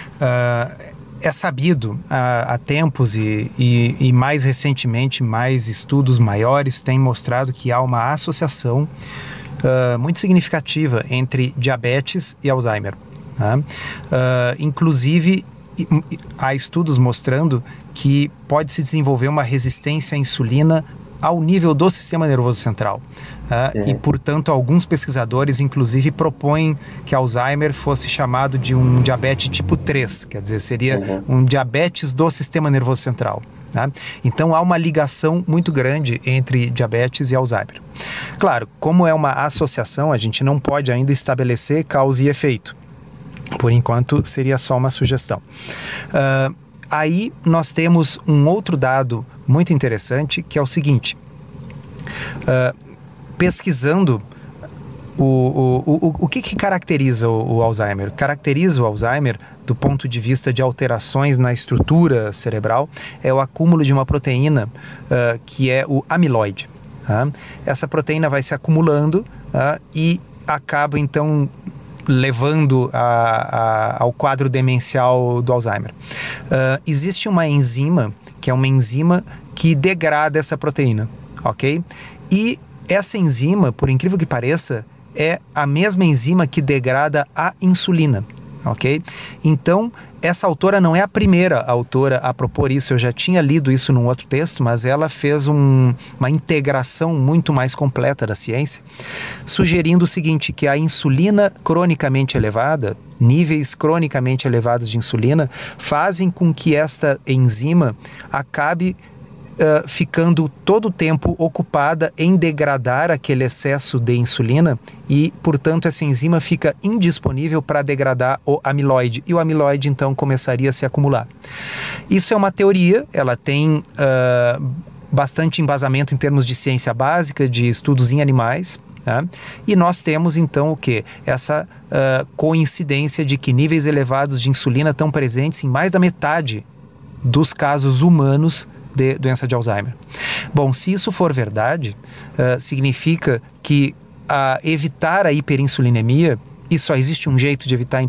É sabido há tempos e mais recentemente, mais estudos maiores têm mostrado que há uma associação muito significativa entre diabetes e Alzheimer. Tá? Inclusive, há estudos mostrando que pode se desenvolver uma resistência à insulina ao nível do sistema nervoso central. E, portanto, alguns pesquisadores, inclusive, propõem que Alzheimer fosse chamado de um diabetes tipo 3, quer dizer, seria um diabetes do sistema nervoso central. Tá? Então, há uma ligação muito grande entre diabetes e Alzheimer. Claro, como é uma associação, a gente não pode ainda estabelecer causa e efeito. Por enquanto, seria só uma sugestão. Aí nós temos um outro dado muito interessante, que é o seguinte. Pesquisando o que caracteriza o Alzheimer? Caracteriza o Alzheimer, do ponto de vista de alterações na estrutura cerebral, é o acúmulo de uma proteína que é o amiloide. Essa proteína vai se acumulando e acaba, então, levando ao quadro demencial do Alzheimer. Existe uma enzima, que é uma enzima que degrada essa proteína, ok? E essa enzima, por incrível que pareça, é a mesma enzima que degrada a insulina, ok? Então, essa autora não é a primeira autora a propor isso, eu já tinha lido isso num outro texto, mas ela fez uma integração muito mais completa da ciência, sugerindo o seguinte, que a insulina cronicamente elevada, níveis cronicamente elevados de insulina, fazem com que esta enzima acabe ficando todo o tempo ocupada em degradar aquele excesso de insulina e, portanto, essa enzima fica indisponível para degradar o amiloide e o amiloide, então, começaria a se acumular. Isso é uma teoria, ela tem bastante embasamento em termos de ciência básica, de estudos em animais, tá? E nós temos, então, o quê? Essa coincidência de que níveis elevados de insulina estão presentes em mais da metade dos casos humanos de doença de Alzheimer. Bom, se isso for verdade, significa que evitar a hiperinsulinemia, e só existe um jeito de evitar a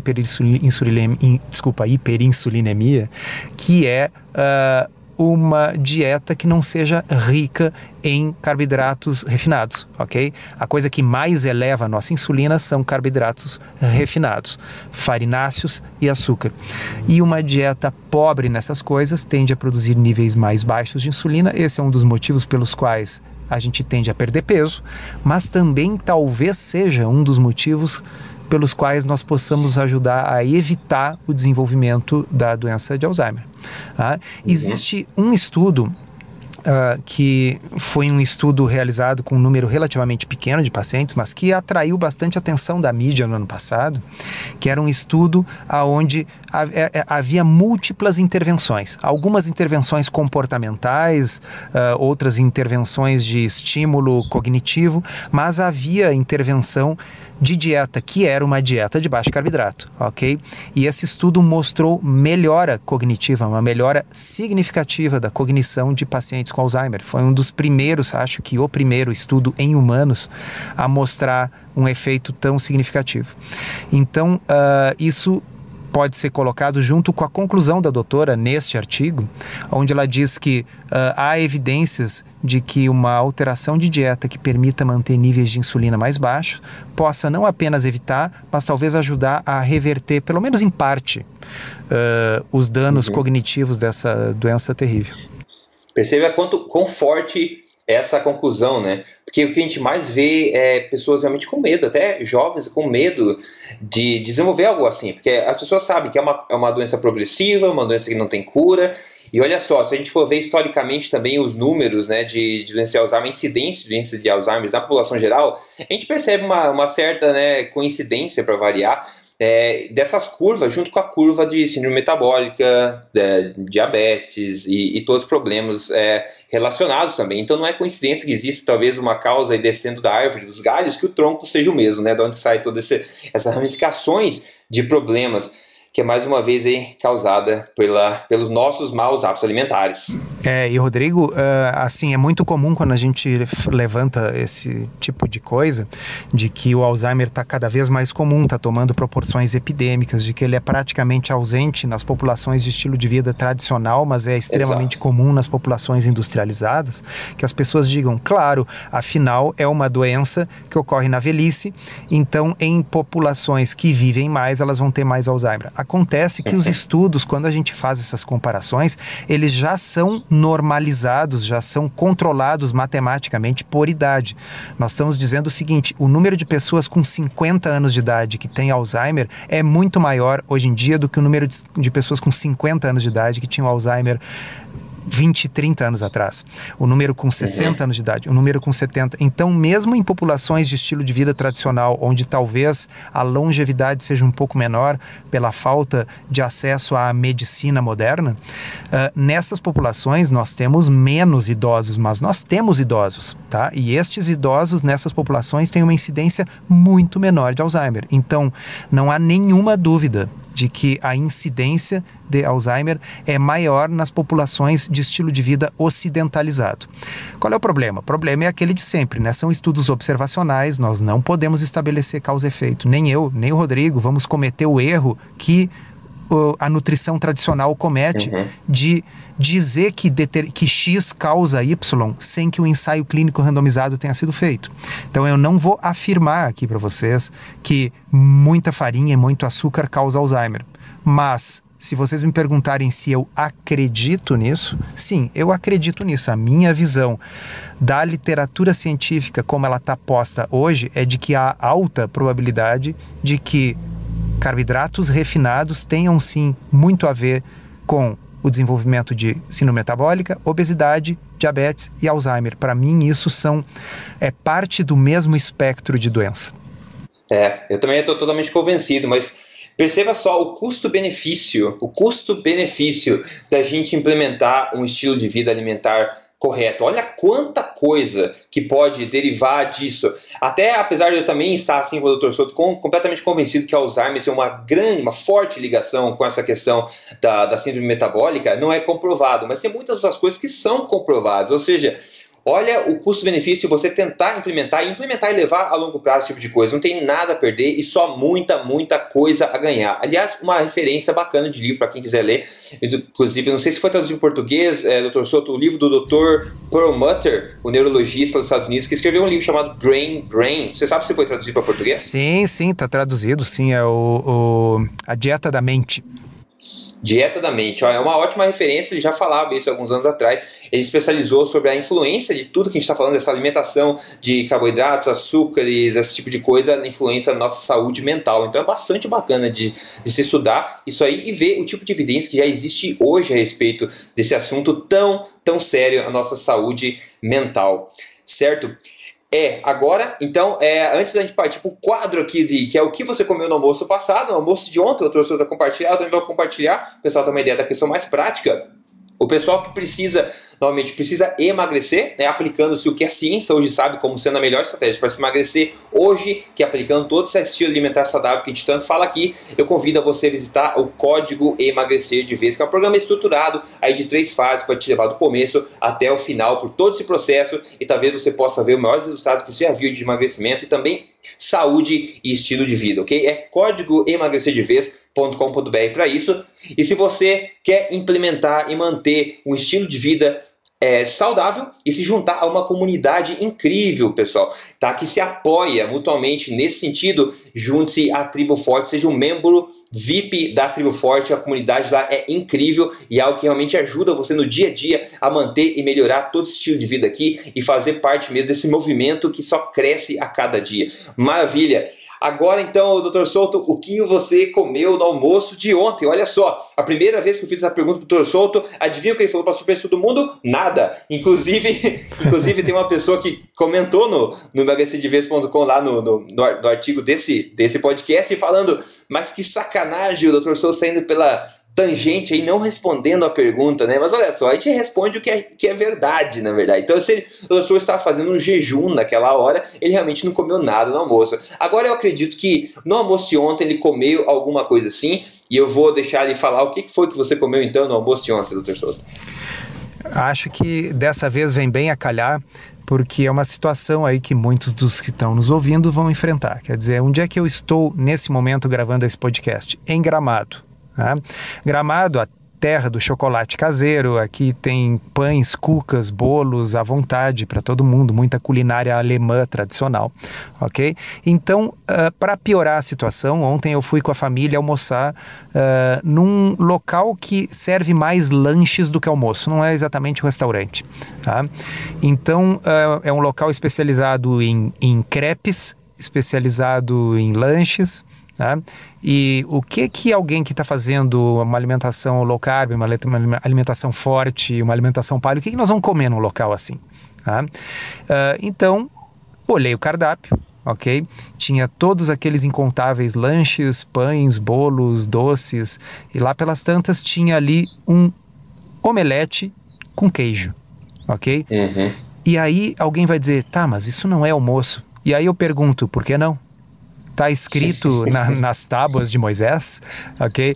hiperinsulinemia, que é uma dieta que não seja rica em carboidratos refinados, ok? A coisa que mais eleva a nossa insulina são carboidratos refinados, farináceos e açúcar. E uma dieta pobre nessas coisas tende a produzir níveis mais baixos de insulina. Esse é um dos motivos pelos quais a gente tende a perder peso, mas também talvez seja um dos motivos pelos quais nós possamos ajudar a evitar o desenvolvimento da doença de Alzheimer. Existe um estudo que foi um estudo realizado com um número relativamente pequeno de pacientes, mas que atraiu bastante atenção da mídia no ano passado, que era um estudo onde havia múltiplas intervenções, algumas intervenções comportamentais, outras intervenções de estímulo cognitivo, mas havia intervenção de dieta, que era uma dieta de baixo carboidrato, ok? E esse estudo mostrou melhora cognitiva, uma melhora significativa da cognição de pacientes com Alzheimer. Foi um dos primeiros, acho que o primeiro estudo em humanos a mostrar um efeito tão significativo. Então, isso pode ser colocado junto com a conclusão da doutora neste artigo, onde ela diz que há evidências de que uma alteração de dieta que permita manter níveis de insulina mais baixos possa não apenas evitar, mas talvez ajudar a reverter, pelo menos em parte, os danos cognitivos dessa doença terrível. Perceba quão forte é essa conclusão, né? Porque o que a gente mais vê é pessoas realmente com medo, até jovens com medo de desenvolver algo assim, porque as pessoas sabem que é uma doença progressiva, uma doença que não tem cura. E olha só, se a gente for ver historicamente também os números, né, de doença de Alzheimer, incidência de doença de Alzheimer na população geral, a gente percebe uma certa, né, coincidência, para variar, dessas curvas, junto com a curva de síndrome metabólica, diabetes e todos os problemas relacionados também. Então não é coincidência que existe talvez uma causa aí descendo da árvore dos galhos que o tronco seja o mesmo, né, de onde sai todas essas ramificações de problemas, que é mais uma vez aí causada pelos nossos maus hábitos alimentares. E Rodrigo, assim, é muito comum quando a gente levanta esse tipo de coisa, de que o Alzheimer está cada vez mais comum, está tomando proporções epidêmicas, de que ele é praticamente ausente nas populações de estilo de vida tradicional, mas é extremamente comum nas populações industrializadas, que as pessoas digam, claro, afinal é uma doença que ocorre na velhice, então em populações que vivem mais, elas vão ter mais Alzheimer. Acontece que os estudos, quando a gente faz essas comparações, eles já são normalizados, já são controlados matematicamente por idade. Nós estamos dizendo o seguinte, o número de pessoas com 50 anos de idade que tem Alzheimer é muito maior hoje em dia do que o número de pessoas com 50 anos de idade que tinham Alzheimer 20, 30 anos atrás, o número com 60 anos de idade, o número com 70. Então, mesmo em populações de estilo de vida tradicional, onde talvez a longevidade seja um pouco menor pela falta de acesso à medicina moderna, nessas populações nós temos menos idosos, mas nós temos idosos, tá? E estes idosos nessas populações têm uma incidência muito menor de Alzheimer. Então, não há nenhuma dúvida de que a incidência de Alzheimer é maior nas populações de estilo de vida ocidentalizado. Qual é o problema? O problema é aquele de sempre, né? São estudos observacionais, nós não podemos estabelecer causa e efeito. Nem eu, nem o Rodrigo vamos cometer o erro que a nutrição tradicional comete de dizer que X causa Y sem que o ensaio clínico randomizado tenha sido feito. Então eu não vou afirmar aqui para vocês que muita farinha e muito açúcar causa Alzheimer, mas se vocês me perguntarem se eu acredito nisso, sim, eu acredito nisso. A minha visão da literatura científica como ela está posta hoje é de que há alta probabilidade de que carboidratos refinados tenham sim muito a ver com o desenvolvimento de síndrome metabólica, obesidade, diabetes e Alzheimer. Para mim isso é parte do mesmo espectro de doença. Eu também estou totalmente convencido, mas perceba só o custo-benefício da gente implementar um estilo de vida alimentar correto. Olha quanta coisa que pode derivar disso. Até apesar de eu também estar, assim como o Dr. Souto, completamente convencido que Alzheimer tem uma forte ligação com essa questão da síndrome metabólica, não é comprovado, mas tem muitas outras coisas que são comprovadas. Ou seja, olha o custo-benefício de você tentar implementar e levar a longo prazo esse tipo de coisa. Não tem nada a perder e só muita coisa a ganhar. Aliás, uma referência bacana de livro para quem quiser ler. Inclusive, não sei se foi traduzido em português, Dr. Souto, o livro do Dr. Perlmutter, o neurologista dos Estados Unidos, que escreveu um livro chamado Brain. Você sabe se foi traduzido para português? Sim, está traduzido, sim. É A Dieta da Mente. Dieta da Mente, é uma ótima referência, ele já falava isso alguns anos atrás, ele especializou sobre a influência de tudo que a gente está falando, dessa alimentação de carboidratos, açúcares, esse tipo de coisa, na influência da nossa saúde mental. Então é bastante bacana de se estudar isso aí e ver o tipo de evidência que já existe hoje a respeito desse assunto tão sério, a nossa saúde mental, certo? Agora, então, antes da gente partir para o quadro aqui, que é o que você comeu no almoço passado, no almoço de ontem, eu trouxe para compartilhar, eu também vou compartilhar, o pessoal tem uma ideia da questão mais prática. O pessoal que precisa normalmente precisa emagrecer, né, aplicando-se o que a ciência hoje sabe como sendo a melhor estratégia para se emagrecer hoje, que aplicando todo esse estilo alimentar saudável que a gente tanto fala aqui, eu convido a você a visitar o Código Emagrecer de Vez, que é um programa estruturado aí de 3 fases para te levar do começo até o final por todo esse processo e talvez você possa ver os maiores resultados que você já viu de emagrecimento e também saúde e estilo de vida, ok? É Código Emagrecer de Vez.com.br para isso. E se você quer implementar e manter um estilo de vida saudável e se juntar a uma comunidade incrível, pessoal, tá? Que se apoia mutuamente nesse sentido, junte-se à Tribo Forte, seja um membro VIP da Tribo Forte, a comunidade lá é incrível e é algo que realmente ajuda você no dia a dia a manter e melhorar todo esse estilo de vida aqui e fazer parte mesmo desse movimento que só cresce a cada dia. Maravilha! Agora então, Dr. Souto, o que você comeu no almoço de ontem? Olha só, a primeira vez que eu fiz essa pergunta pro Dr. Souto, adivinha o que ele falou para super todo mundo? Nada. Inclusive tem uma pessoa que comentou no emagrecerdevez.com lá no artigo desse podcast falando, mas que sacanagem o Dr. Souto saindo pela tangente aí, não respondendo a pergunta, né? Mas olha só, a gente responde o que é verdade, na verdade. Então, se o senhor estava fazendo um jejum naquela hora, ele realmente não comeu nada no almoço. Agora, eu acredito que no almoço de ontem ele comeu alguma coisa assim, e eu vou deixar ele falar o que foi que você comeu então no almoço de ontem, Dr. Souto. Acho que dessa vez vem bem a calhar, porque é uma situação aí que muitos dos que estão nos ouvindo vão enfrentar. Quer dizer, onde é que eu estou nesse momento gravando esse podcast? Em Gramado. Gramado, a terra do chocolate caseiro, aqui tem pães, cucas, bolos à vontade para todo mundo, muita culinária alemã tradicional, ok? Então, para piorar a situação, ontem eu fui com a família almoçar num local que serve mais lanches do que almoço, não é exatamente um restaurante, tá? Então, é um local especializado em crepes, especializado em lanches, tá? E o que alguém que está fazendo uma alimentação low carb, uma alimentação forte, uma alimentação paleo, o que nós vamos comer num local assim? Tá? Então, olhei o cardápio, ok? Tinha todos aqueles incontáveis lanches, pães, bolos, doces, e lá pelas tantas tinha ali um omelete com queijo, ok? Uhum. E aí alguém vai dizer, tá, mas isso não é almoço. E aí eu pergunto, por que não? Está escrito nas tábuas de Moisés, ok?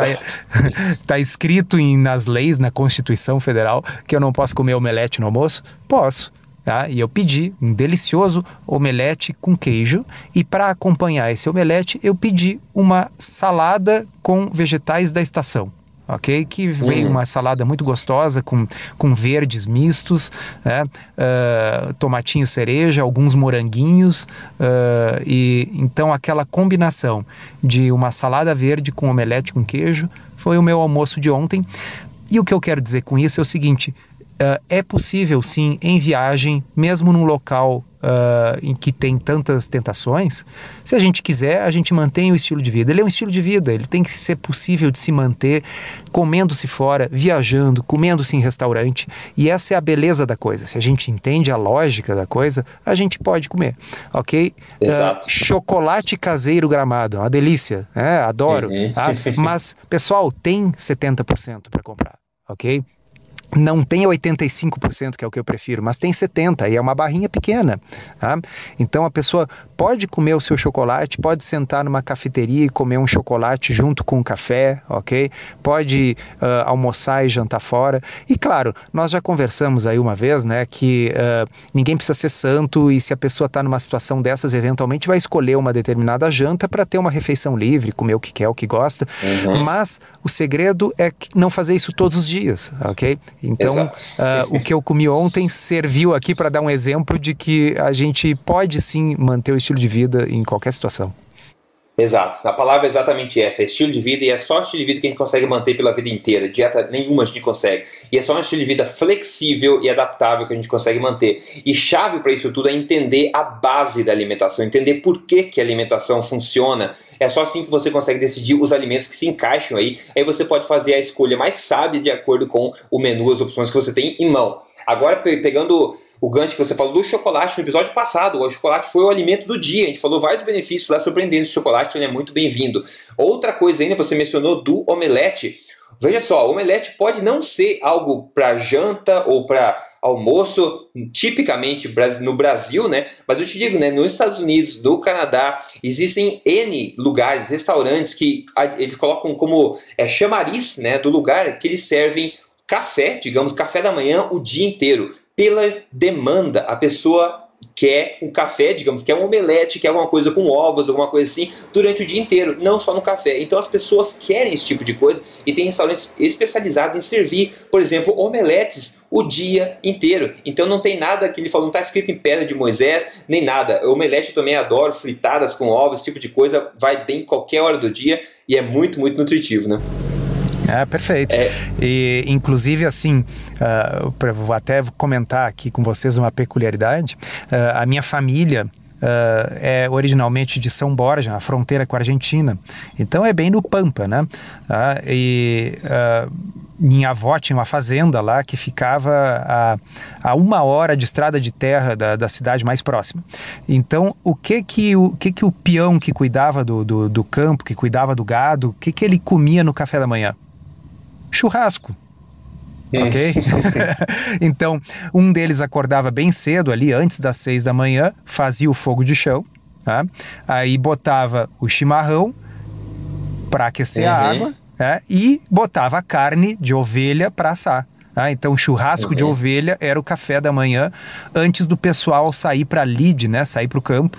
Tá escrito nas leis, na Constituição Federal, que eu não posso comer omelete no almoço? Posso. Tá? E eu pedi um delicioso omelete com queijo e para acompanhar esse omelete eu pedi uma salada com vegetais da estação. Ok? Que veio uma salada muito gostosa com verdes mistos, né? Tomatinho cereja, alguns moranguinhos, e então aquela combinação de uma salada verde com omelete com queijo foi o meu almoço de ontem. E o que eu quero dizer com isso é o seguinte: é possível sim, em viagem, mesmo num local em que tem tantas tentações, se a gente quiser, a gente mantém o estilo de vida. Ele é um estilo de vida, ele tem que ser possível de se manter comendo-se fora, viajando, comendo-se em restaurante, e essa é a beleza da coisa. Se a gente entende a lógica da coisa, a gente pode comer, ok? Exato. Chocolate caseiro Gramado, é uma delícia, adoro, tá? Mas, pessoal, tem 70% para comprar, ok? Não tem 85%, que é o que eu prefiro, mas tem 70%, e é uma barrinha pequena, tá? Então a pessoa pode comer o seu chocolate, pode sentar numa cafeteria e comer um chocolate junto com um café, ok? Pode almoçar e jantar fora. E claro, nós já conversamos aí uma vez, né, que ninguém precisa ser santo, e se a pessoa está numa situação dessas, eventualmente vai escolher uma determinada janta para ter uma refeição livre, comer o que quer, o que gosta, mas o segredo é não fazer isso todos os dias, ok? Então, o que eu comi ontem serviu aqui para dar um exemplo de que a gente pode sim manter o estilo de vida em qualquer situação. Exato, a palavra é exatamente essa, é estilo de vida, e é só estilo de vida que a gente consegue manter pela vida inteira, dieta nenhuma a gente consegue, e é só um estilo de vida flexível e adaptável que a gente consegue manter, e chave para isso tudo é entender a base da alimentação, entender por que a alimentação funciona. É só assim que você consegue decidir os alimentos que se encaixam aí você pode fazer a escolha mais sábia de acordo com o menu, as opções que você tem em mão. Agora, pegando o gancho que você falou do chocolate no episódio passado, o chocolate foi o alimento do dia, a gente falou vários benefícios lá surpreendentes do chocolate, ele é muito bem-vindo. Outra coisa ainda, você mencionou do omelete, Veja só, o omelete pode não ser algo para janta ou para almoço, tipicamente no Brasil, né? Mas eu te digo, né? Nos Estados Unidos, no Canadá, existem N lugares, restaurantes que eles colocam como chamariz, né, do lugar que eles servem café, digamos, café da manhã o dia inteiro. Pela demanda, a pessoa quer um café, digamos, quer um omelete, quer alguma coisa com ovos, alguma coisa assim, durante o dia inteiro, não só no café. Então as pessoas querem esse tipo de coisa e tem restaurantes especializados em servir, por exemplo, omeletes o dia inteiro. Então não tem nada que ele falou, não está escrito em pedra de Moisés, nem nada. O omelete eu também adoro, fritadas com ovos, esse tipo de coisa, vai bem em qualquer hora do dia e é muito, muito nutritivo, né? Perfeito. E, inclusive, assim, vou até comentar aqui com vocês uma peculiaridade. A minha família é originalmente de São Borja, na fronteira com a Argentina. Então é bem no Pampa, né? Minha avó tinha uma fazenda lá que ficava a 1 hora de estrada de terra da cidade mais próxima. Então, o que o peão que cuidava do campo, que cuidava do gado, o que ele comia no café da manhã? Churrasco. Ok? Então, um deles acordava bem cedo ali, antes das 6 da manhã, fazia o fogo de chão, tá? Aí botava o chimarrão para aquecer a água, e botava a carne de ovelha para assar. Então o churrasco de ovelha era o café da manhã antes do pessoal sair para a lide, né, sair para o campo,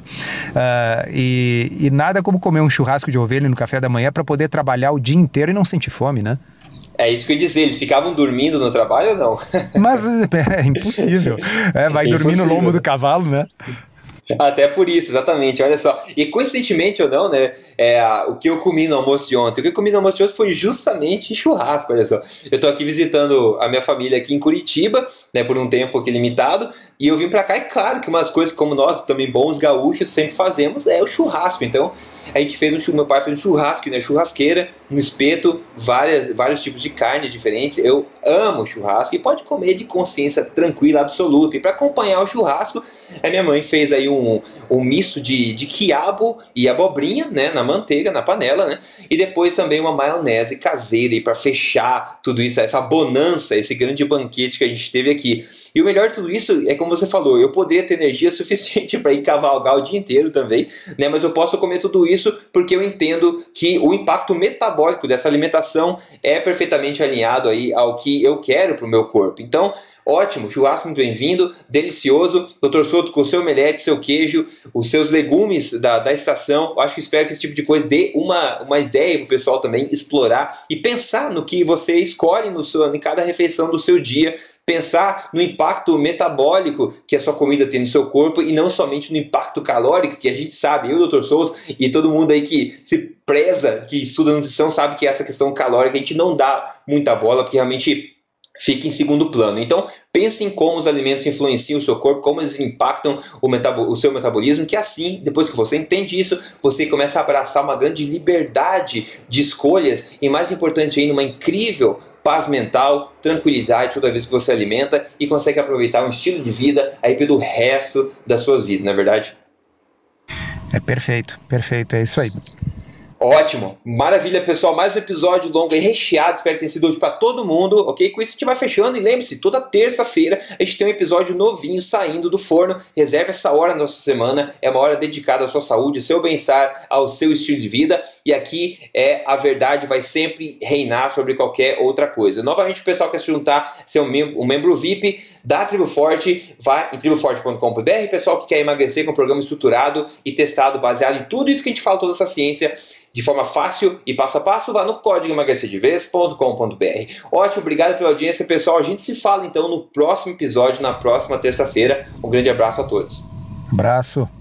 e nada como comer um churrasco de ovelha no café da manhã para poder trabalhar o dia inteiro e não sentir fome, né? É isso que eu ia dizer, eles ficavam dormindo no trabalho ou não? Mas é impossível, vai dormir no lombo do cavalo, né? Até por isso, exatamente, olha só. E coincidentemente ou não, né, o que eu comi no almoço de ontem? O que eu comi no almoço de ontem foi justamente churrasco, olha só. Eu tô aqui visitando a minha família aqui em Curitiba, né, por um tempo aqui limitado, e eu vim pra cá, e claro que umas coisas como nós, também bons gaúchos, sempre fazemos, é o churrasco. Então, a gente fez meu pai fez um churrasco, né, churrasqueira, um espeto, vários tipos de carne diferentes. Eu amo churrasco e pode comer de consciência tranquila, absoluta. E para acompanhar o churrasco, a minha mãe fez aí um misto de quiabo e abobrinha, né, na manteiga, na panela, né, e depois também uma maionese caseira para fechar tudo isso, essa bonança, esse grande banquete que a gente teve aqui. E o melhor de tudo isso é como você falou, eu poderia ter energia suficiente para ir cavalgar o dia inteiro também, né, mas eu posso comer tudo isso porque eu entendo que o impacto metabólico dessa alimentação é perfeitamente alinhado aí ao que eu quero para o meu corpo. Então, ótimo, churrasco muito bem-vindo, delicioso. Dr. Souto, com o seu omelete, seu queijo, os seus legumes da estação. Eu espero que esse tipo de coisa dê uma ideia para o pessoal também explorar e pensar no que você escolhe em cada refeição do seu dia. Pensar no impacto metabólico que a sua comida tem no seu corpo e não somente no impacto calórico, que a gente sabe, eu, Dr. Souto, e todo mundo aí que se preza, que estuda nutrição, sabe que essa questão calórica a gente não dá muita bola, porque realmente fica em segundo plano. Então, pense em como os alimentos influenciam o seu corpo, como eles impactam o seu metabolismo, que assim, depois que você entende isso, você começa a abraçar uma grande liberdade de escolhas e, mais importante ainda, uma incrível paz mental, tranquilidade toda vez que você alimenta e consegue aproveitar um estilo de vida aí pelo resto das suas vidas, não é verdade? Perfeito, é isso aí. Ótimo, maravilha, pessoal, mais um episódio longo e recheado, espero que tenha sido útil para todo mundo, ok? Com isso a gente vai fechando e lembre-se, toda terça-feira a gente tem um episódio novinho saindo do forno. Reserve essa hora na nossa semana, é uma hora dedicada à sua saúde, ao seu bem-estar, ao seu estilo de vida, e aqui a verdade vai sempre reinar sobre qualquer outra coisa. Novamente, o pessoal quer se juntar, ser um membro VIP da Tribo Forte, vai em triboforte.com.br. Pessoal que quer emagrecer com um programa estruturado e testado, baseado em tudo isso que a gente fala, toda essa ciência, de forma fácil e passo a passo, vá no código emagrecerdevez.com.br. Ótimo, obrigado pela audiência, pessoal. A gente se fala então no próximo episódio, na próxima terça-feira. Um grande abraço a todos. Abraço.